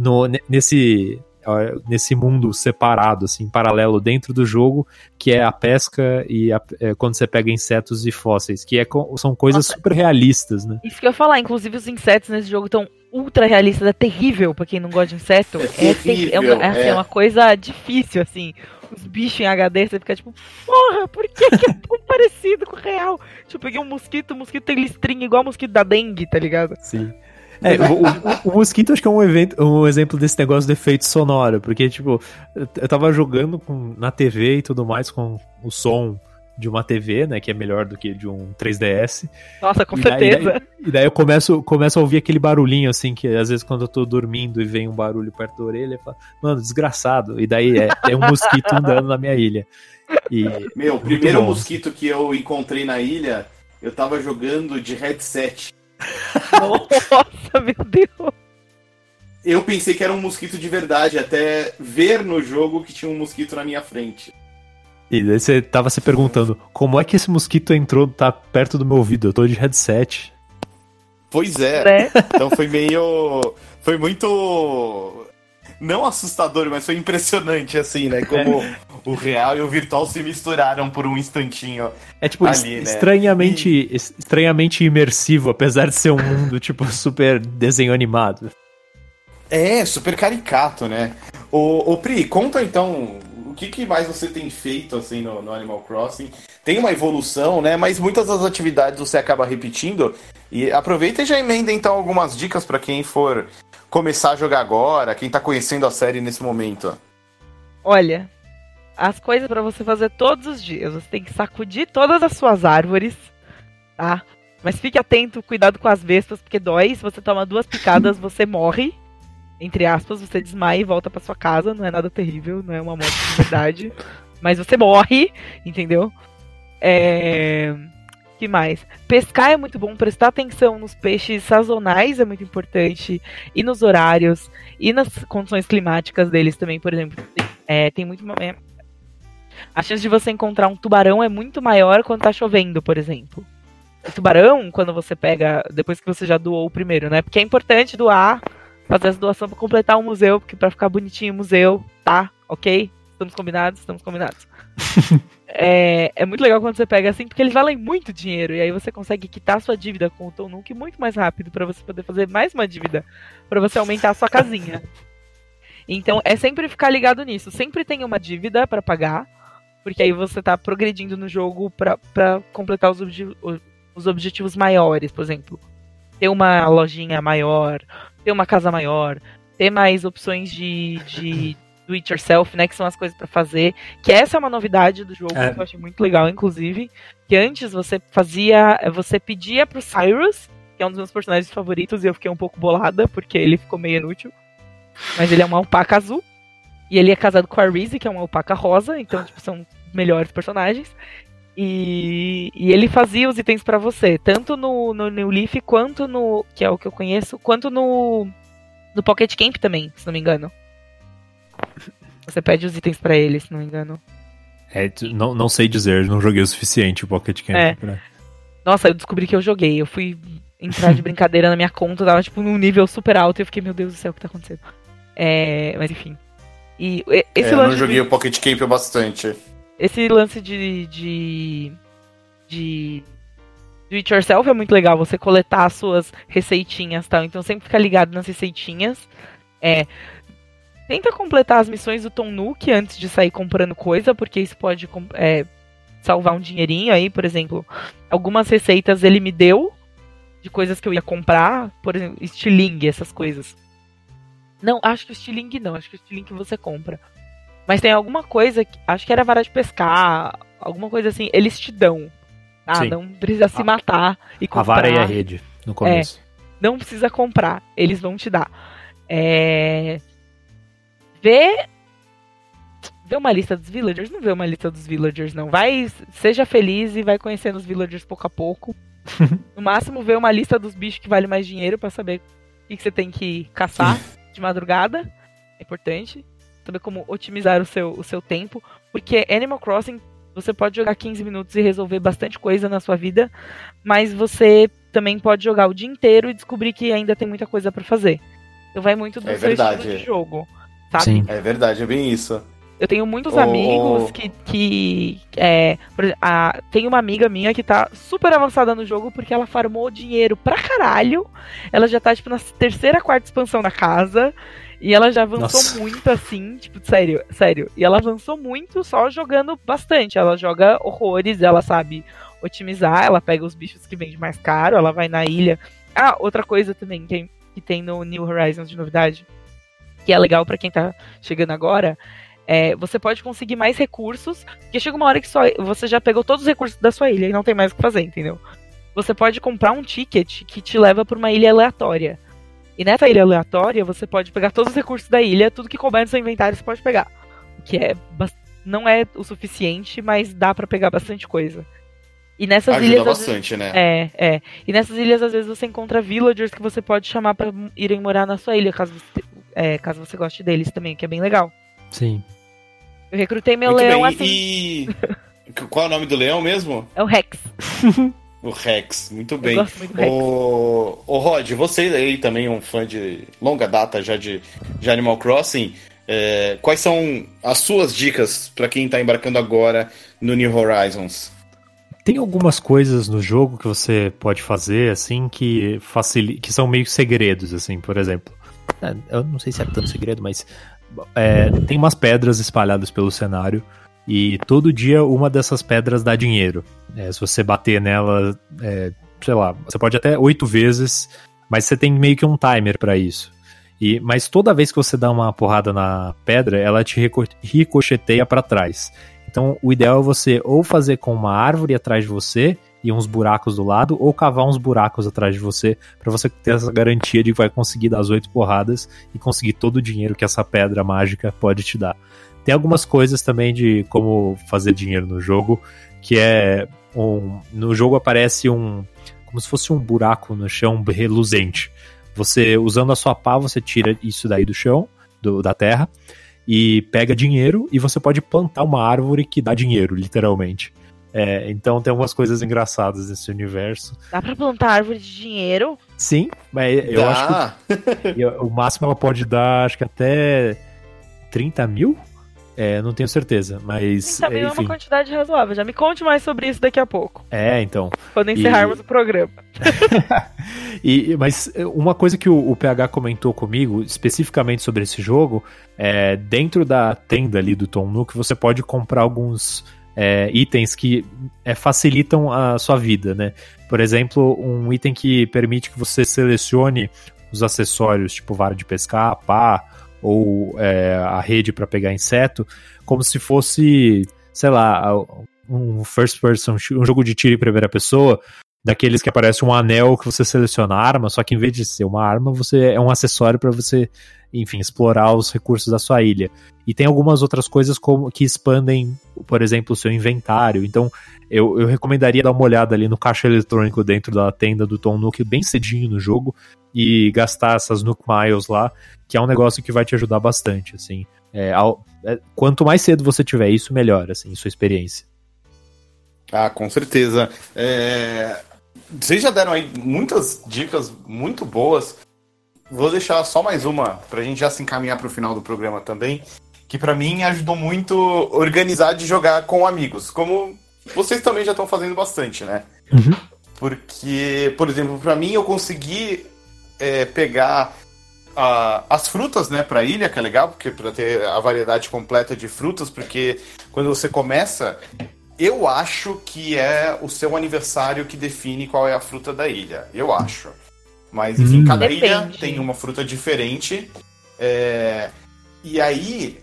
nesse mundo separado, assim, paralelo dentro do jogo, que é a pesca e quando você pega insetos e fósseis, que são coisas super realistas, né? Isso que eu ia falar, inclusive os insetos nesse jogo estão ultra realistas, é terrível pra quem não gosta de inseto. É uma coisa difícil, assim. Os bichos em HD, você fica tipo, porra, por que é tão parecido com o real? Tipo, eu peguei um mosquito, o mosquito tem listrinha igual o mosquito da dengue, tá ligado? Sim. O mosquito acho que é um exemplo desse negócio de efeito sonoro, porque, tipo, eu tava jogando na TV e tudo mais com o som de uma TV, né, que é melhor do que de um 3DS. Nossa, com certeza. E daí eu começo a ouvir aquele barulhinho, assim, que às vezes quando eu tô dormindo e vem um barulho perto da orelha, eu falo, mano, desgraçado. E daí é um mosquito andando na minha ilha. O primeiro mosquito que eu encontrei na ilha, eu tava jogando de headset. Nossa, meu Deus. Eu pensei que era um mosquito de verdade, até ver no jogo que tinha um mosquito na minha frente. E daí você tava se perguntando, como é que esse mosquito entrou, tá perto do meu ouvido? Eu tô de headset. Pois é. Então foi muito... Não assustador, mas foi impressionante, assim, né? Como o real e o virtual se misturaram por um instantinho. Tipo, ali, estranhamente imersivo, apesar de ser um mundo, tipo, super desenho animado. Super caricato, né? Ô Pri, conta então, o que mais você tem feito, assim, no Animal Crossing? Tem uma evolução, né? Mas muitas das atividades você acaba repetindo. E aproveita e já emenda, então, algumas dicas pra quem for começar a jogar agora, quem tá conhecendo a série nesse momento. Olha, as coisas pra você fazer todos os dias. Você tem que sacudir todas as suas árvores, tá? Mas fique atento, cuidado com as bestas, porque dói. Se você toma 2 picadas, você morre. Entre aspas, você desmaia e volta pra sua casa. Não é nada terrível, não é uma morte de verdade. Mas você morre, entendeu? Que mais? Pescar é muito bom, prestar atenção nos peixes sazonais é muito importante, e nos horários, e nas condições climáticas deles também, por exemplo. Tem muito. A chance de você encontrar um tubarão é muito maior quando tá chovendo, por exemplo. O tubarão, quando você pega, depois que você já doou o primeiro, né? Porque é importante doar, fazer essa doação pra completar o museu, porque pra ficar bonitinho o museu, tá? Ok? Estamos combinados? Estamos combinados. É muito legal quando você pega assim, porque eles valem muito dinheiro. E aí você consegue quitar sua dívida com o Tom Nook muito mais rápido pra você poder fazer mais uma dívida, pra você aumentar a sua casinha. Então é sempre ficar ligado nisso. Sempre tem uma dívida pra pagar, porque aí você tá progredindo no jogo pra completar os objetivos maiores. Por exemplo, ter uma lojinha maior, ter uma casa maior, ter mais opções de do it yourself, né, que são as coisas pra fazer, que essa é uma novidade do jogo, que eu achei muito legal, inclusive, que antes você pedia pro Cyrus, que é um dos meus personagens favoritos, e eu fiquei um pouco bolada, porque ele ficou meio inútil, mas ele é uma alpaca azul, e ele é casado com a Reese, que é uma alpaca rosa, então, tipo, são os melhores personagens, e ele fazia os itens pra você, tanto no New Leaf, quanto no, que é o que eu conheço, quanto no Pocket Camp também, se não me engano. Você pede os itens pra ele, se não me engano. Não sei dizer, não joguei o suficiente o Pocket Camp. Nossa, eu descobri que eu joguei. Eu fui entrar de brincadeira na minha conta, tava tipo num nível super alto e eu fiquei, meu Deus do céu, o que tá acontecendo? Mas enfim. E esse lance. Eu não joguei o Pocket Camp bastante. Esse lance do it yourself é muito legal, você coletar as suas receitinhas e tal. Então sempre fica ligado nas receitinhas. Tenta completar as missões do Tom Nook antes de sair comprando coisa, porque isso pode salvar um dinheirinho aí, por exemplo. Algumas receitas ele me deu de coisas que eu ia comprar, por exemplo, estilingue, essas coisas. Não, acho que o estilingue não, acho que o estilingue você compra. Mas tem alguma coisa, acho que era vara de pescar, alguma coisa assim, eles te dão. Sim. Não precisa se matar e comprar. A vara e a rede, no começo. Não precisa comprar, eles vão te dar. Vê uma lista dos villagers? Não vê uma lista dos villagers, não. Seja feliz e vai conhecendo os villagers pouco a pouco. No máximo, vê uma lista dos bichos que vale mais dinheiro pra saber o que você tem que caçar de madrugada. É importante. Saber como otimizar o seu tempo. Porque Animal Crossing, você pode jogar 15 minutos e resolver bastante coisa na sua vida. Mas você também pode jogar o dia inteiro e descobrir que ainda tem muita coisa pra fazer. Então vai muito do seu estilo de jogo. Sabe? Sim. É verdade, é bem isso. Eu tenho muitos amigos que por exemplo, tem uma amiga minha que tá super avançada no jogo porque ela farmou dinheiro pra caralho. Ela já tá, tipo, na 3ª, 4ª expansão da casa. E ela já avançou muito, assim, tipo, sério. E ela avançou muito só jogando bastante. Ela joga horrores, ela sabe otimizar, ela pega os bichos que vendem mais caro, ela vai na ilha. Outra coisa também que tem no New Horizons de novidade, que é legal pra quem tá chegando agora, você pode conseguir mais recursos, porque chega uma hora que você já pegou todos os recursos da sua ilha e não tem mais o que fazer, entendeu? Você pode comprar um ticket que te leva pra uma ilha aleatória. E nessa ilha aleatória, você pode pegar todos os recursos da ilha, tudo que couber no seu inventário você pode pegar. O que não é o suficiente, mas dá pra pegar bastante coisa. E nessas ajuda ilhas bastante, né? E nessas ilhas, às vezes, você encontra villagers que você pode chamar pra irem morar na sua ilha, caso você goste deles também, que é bem legal. Sim. Eu recrutei meu muito leão bem. assim. E qual é o nome do leão mesmo? É o Rex. O Rex, muito bem. Eu gosto muito do Rex. O Rod, você aí também é um fã de longa data já de Animal Crossing. Quais são as suas dicas pra quem tá embarcando agora no New Horizons? Tem algumas coisas no jogo que você pode fazer, assim, que são meio segredos, assim, por exemplo. Eu não sei se é tanto segredo, mas tem umas pedras espalhadas pelo cenário e todo dia uma dessas pedras dá dinheiro. Se você bater nela, sei lá, você pode até 8 vezes, mas você tem meio que um timer pra isso. Mas toda vez que você dá uma porrada na pedra, ela te ricocheteia pra trás. Então o ideal é você ou fazer com uma árvore atrás de você e uns buracos do lado, ou cavar uns buracos atrás de você, pra você ter essa garantia de que vai conseguir dar as 8 porradas e conseguir todo o dinheiro que essa pedra mágica pode te dar. Tem algumas coisas também de como fazer dinheiro no jogo, que é no jogo aparece como se fosse um buraco no chão reluzente. Você, usando a sua pá, você tira isso daí do chão, da terra, e pega dinheiro, e você pode plantar uma árvore que dá dinheiro, literalmente. Então tem algumas coisas engraçadas nesse universo. Dá pra plantar árvore de dinheiro? Sim, mas eu acho que o máximo ela pode dar, acho que até 30 mil? Não tenho certeza, mas... 30 mil é uma quantidade razoável. Já me conte mais sobre isso daqui a pouco. Então... Quando encerrarmos o programa. Mas uma coisa que o PH comentou comigo, especificamente sobre esse jogo, dentro da tenda ali do Tom Nook, você pode comprar alguns itens que facilitam a sua vida, né? Por exemplo, um item que permite que você selecione os acessórios, tipo vara de pescar, pá, ou a rede para pegar inseto, como se fosse, sei lá, um first person, um jogo de tiro em primeira pessoa, daqueles que aparece um anel que você seleciona a arma, só que em vez de ser uma arma, é um acessório para você, enfim, explorar os recursos da sua ilha. E tem algumas outras coisas que expandem, por exemplo, o seu inventário. Então, eu recomendaria dar uma olhada ali no caixa eletrônico dentro da tenda do Tom Nook bem cedinho no jogo e gastar essas Nook Miles lá, que é um negócio que vai te ajudar bastante, assim. Quanto mais cedo você tiver isso, melhor, assim, sua experiência. Com certeza. Vocês já deram aí muitas dicas muito boas. Vou deixar só mais uma pra gente já se encaminhar pro final do programa também, que pra mim ajudou muito organizar de jogar com amigos, como vocês também já estão fazendo bastante, né? Uhum. Porque, por exemplo, pra mim eu consegui pegar as frutas, né, pra ilha, que é legal, porque pra ter a variedade completa de frutas, porque quando você começa, eu acho que é o seu aniversário que define qual é a fruta da ilha, eu acho. Mas, enfim, cada ilha tem uma fruta diferente. E aí,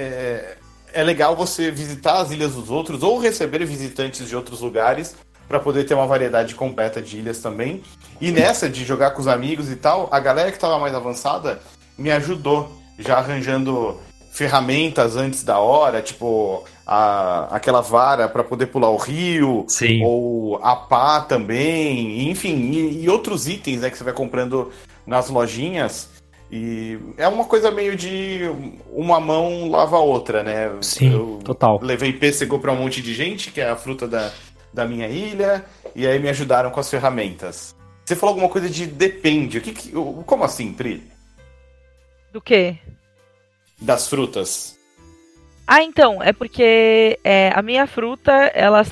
é legal você visitar as ilhas dos outros ou receber visitantes de outros lugares para poder ter uma variedade completa de ilhas também. E nessa de jogar com os amigos e tal, a galera que estava mais avançada me ajudou, já arranjando ferramentas antes da hora, tipo aquela vara para poder pular o rio. Sim. Ou a pá também, enfim, e outros itens, né, que você vai comprando nas lojinhas. E é uma coisa meio de uma mão lava a outra, né? Sim, total. Levei pêssego para um monte de gente, que é a fruta da minha ilha, e aí me ajudaram com as ferramentas. Você falou alguma coisa de depende. Como assim, Pri? Do quê? Das frutas. Então, é porque a minha fruta, ela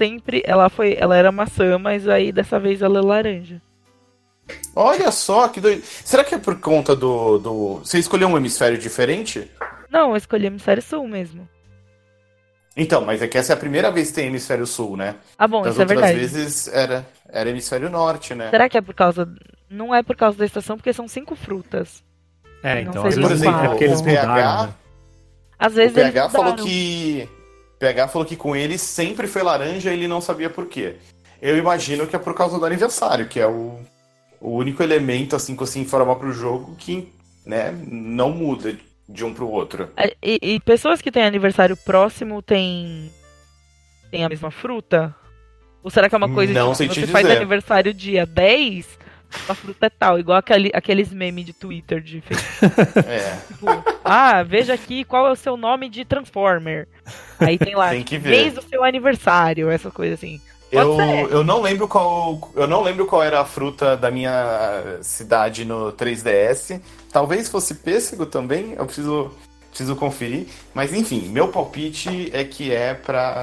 era maçã, mas aí dessa vez ela é laranja. Olha só, que doido. Será que é por conta do... Você escolheu um hemisfério diferente? Não, eu escolhi hemisfério sul mesmo. Então, mas é que essa é a primeira vez que tem hemisfério sul, né? Bom, das isso é verdade. Das outras vezes era hemisfério norte, né? Será que é por causa... Não é por causa da estação, porque são 5 frutas. Então, às vezes, por exemplo, é porque eles o PH... mudaram, né? Às vezes o PH eles falou mudaram. que... PH falou que com ele sempre foi laranja e ele não sabia por quê. Eu imagino que é por causa do aniversário, que é o único elemento, assim, que você informa pro jogo que, né, não muda de um pro outro. E pessoas que têm aniversário próximo têm a mesma fruta? Ou será que é uma coisa Não de sei você te faz dizer. aniversário dia 10, a fruta é tal, igual aqueles memes de Twitter de Facebook. Tipo, veja aqui qual é o seu nome de Transformer. Aí tem lá, Tem que ver. mês do seu aniversário, essa coisa assim. Eu não lembro qual era a fruta da minha cidade no 3DS. Talvez fosse pêssego também, eu preciso conferir. Mas enfim, meu palpite é que é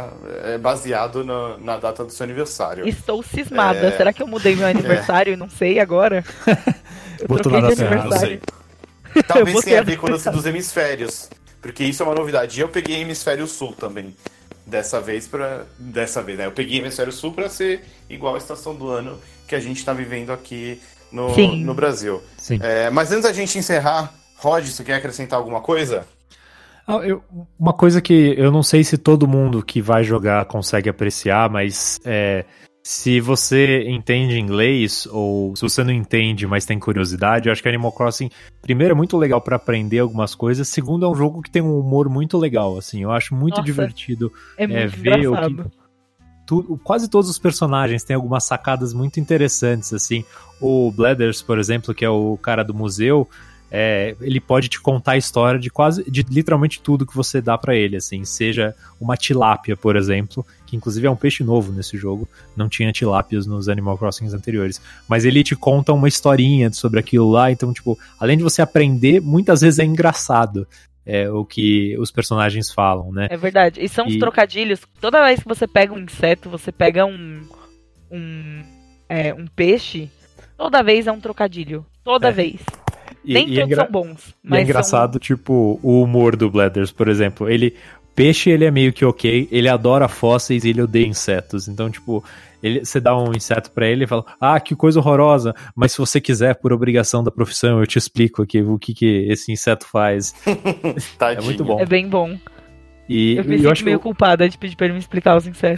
baseado na data do seu aniversário. Estou cismada. Será que eu mudei meu aniversário e não sei agora? Eu Botou troquei na de data errada. aniversário. Talvez Eu tenha a botei ver com o lance dos hemisférios. Porque isso é uma novidade. E eu peguei hemisfério sul também. Dessa vez, né? Eu peguei hemisfério sul pra ser igual a estação do ano que a gente tá vivendo aqui no Brasil. Sim. Mas antes da gente encerrar, Rod, você quer acrescentar alguma coisa? Uma coisa que eu não sei se todo mundo que vai jogar consegue apreciar, mas se você entende inglês, ou se você não entende, mas tem curiosidade, eu acho que Animal Crossing, primeiro, é muito legal pra aprender algumas coisas, segundo, é um jogo que tem um humor muito legal, assim, eu acho muito divertido muito ver engraçado. Quase todos os personagens têm algumas sacadas muito interessantes, assim, o Blathers, por exemplo, que é o cara do museu, ele pode te contar a história de literalmente tudo que você dá pra ele, assim, seja uma tilápia, por exemplo, que inclusive é um peixe novo nesse jogo, não tinha tilápias nos Animal Crossings anteriores, mas ele te conta uma historinha sobre aquilo lá, então, tipo, além de você aprender, muitas vezes é engraçado o que os personagens falam, né? É verdade, e são os trocadilhos, toda vez que você pega um inseto, você pega um peixe, toda vez é um trocadilho, toda vez. Nem todos são bons. Mas é engraçado, tipo, o humor do Blathers, por exemplo. Peixe, ele é meio que ok, ele adora fósseis e ele odeia insetos. Então, tipo, você dá um inseto pra ele e fala, que coisa horrorosa, mas se você quiser, por obrigação da profissão, eu te explico aqui o que esse inseto faz. É muito bom. É bem bom. E eu me sinto meio culpada de pedir pra ele me explicar os insetos.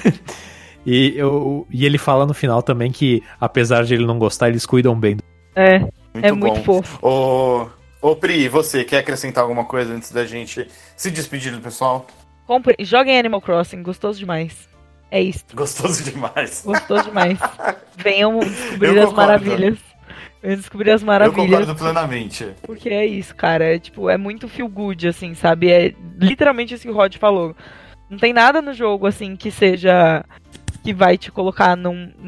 E ele fala no final também que, apesar de ele não gostar, eles cuidam bem. Muito fofo. Ô Pri, você quer acrescentar alguma coisa antes da gente se despedir do pessoal? Joguem Animal Crossing, gostoso demais. É isso. Gostoso demais. Gostoso demais. Venham descobrir as maravilhas. Venham descobrir as maravilhas. Eu concordo plenamente. Porque é isso, cara. É muito feel good, assim, sabe? É literalmente isso que o Rod falou. Não tem nada no jogo, assim, que vai te colocar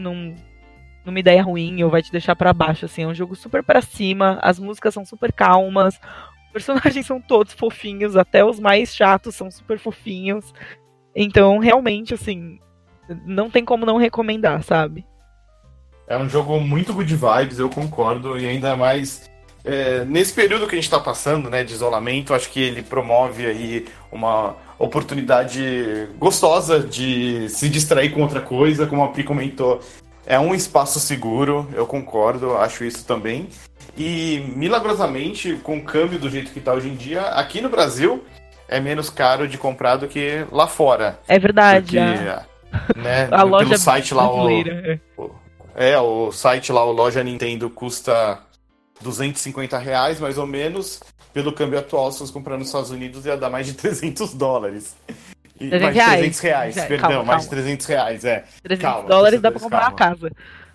numa ideia ruim ou vai te deixar pra baixo, assim. É um jogo super pra cima, as músicas são super calmas, os personagens são todos fofinhos, até os mais chatos são super fofinhos. Então, realmente, assim, não tem como não recomendar, sabe? É um jogo muito good vibes, eu concordo, e ainda mais nesse período que a gente tá passando, né, de isolamento, acho que ele promove aí uma oportunidade gostosa de se distrair com outra coisa, como a Pri comentou. É um espaço seguro, eu concordo, acho isso também. E, milagrosamente, com o câmbio do jeito que tá hoje em dia, aqui no Brasil é menos caro de comprar do que lá fora. É verdade. Porque, né, a loja pelo site lá, brasileira. O site lá, o Loja Nintendo, custa R$250, mais ou menos. Pelo câmbio atual, se você comprar nos Estados Unidos, ia dar mais de $300. Mais de 300 reais, perdão, calma. Mais de 300 reais, $300 dá pra comprar uma casa.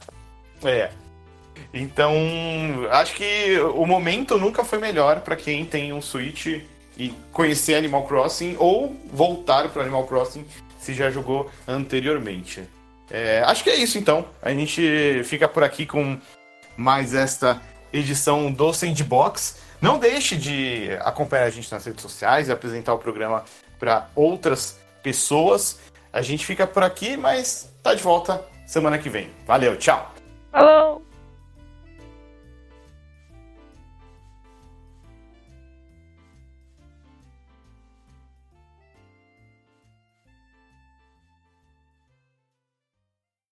Então, acho que o momento nunca foi melhor pra quem tem um Switch e conhecer Animal Crossing ou voltar pro Animal Crossing se já jogou anteriormente. Acho que é isso, então. A gente fica por aqui com mais esta edição do Sandbox. Não deixe de acompanhar a gente nas redes sociais e apresentar o programa para outras pessoas. A gente fica por aqui, mas tá de volta semana que vem. Valeu, tchau! Falou!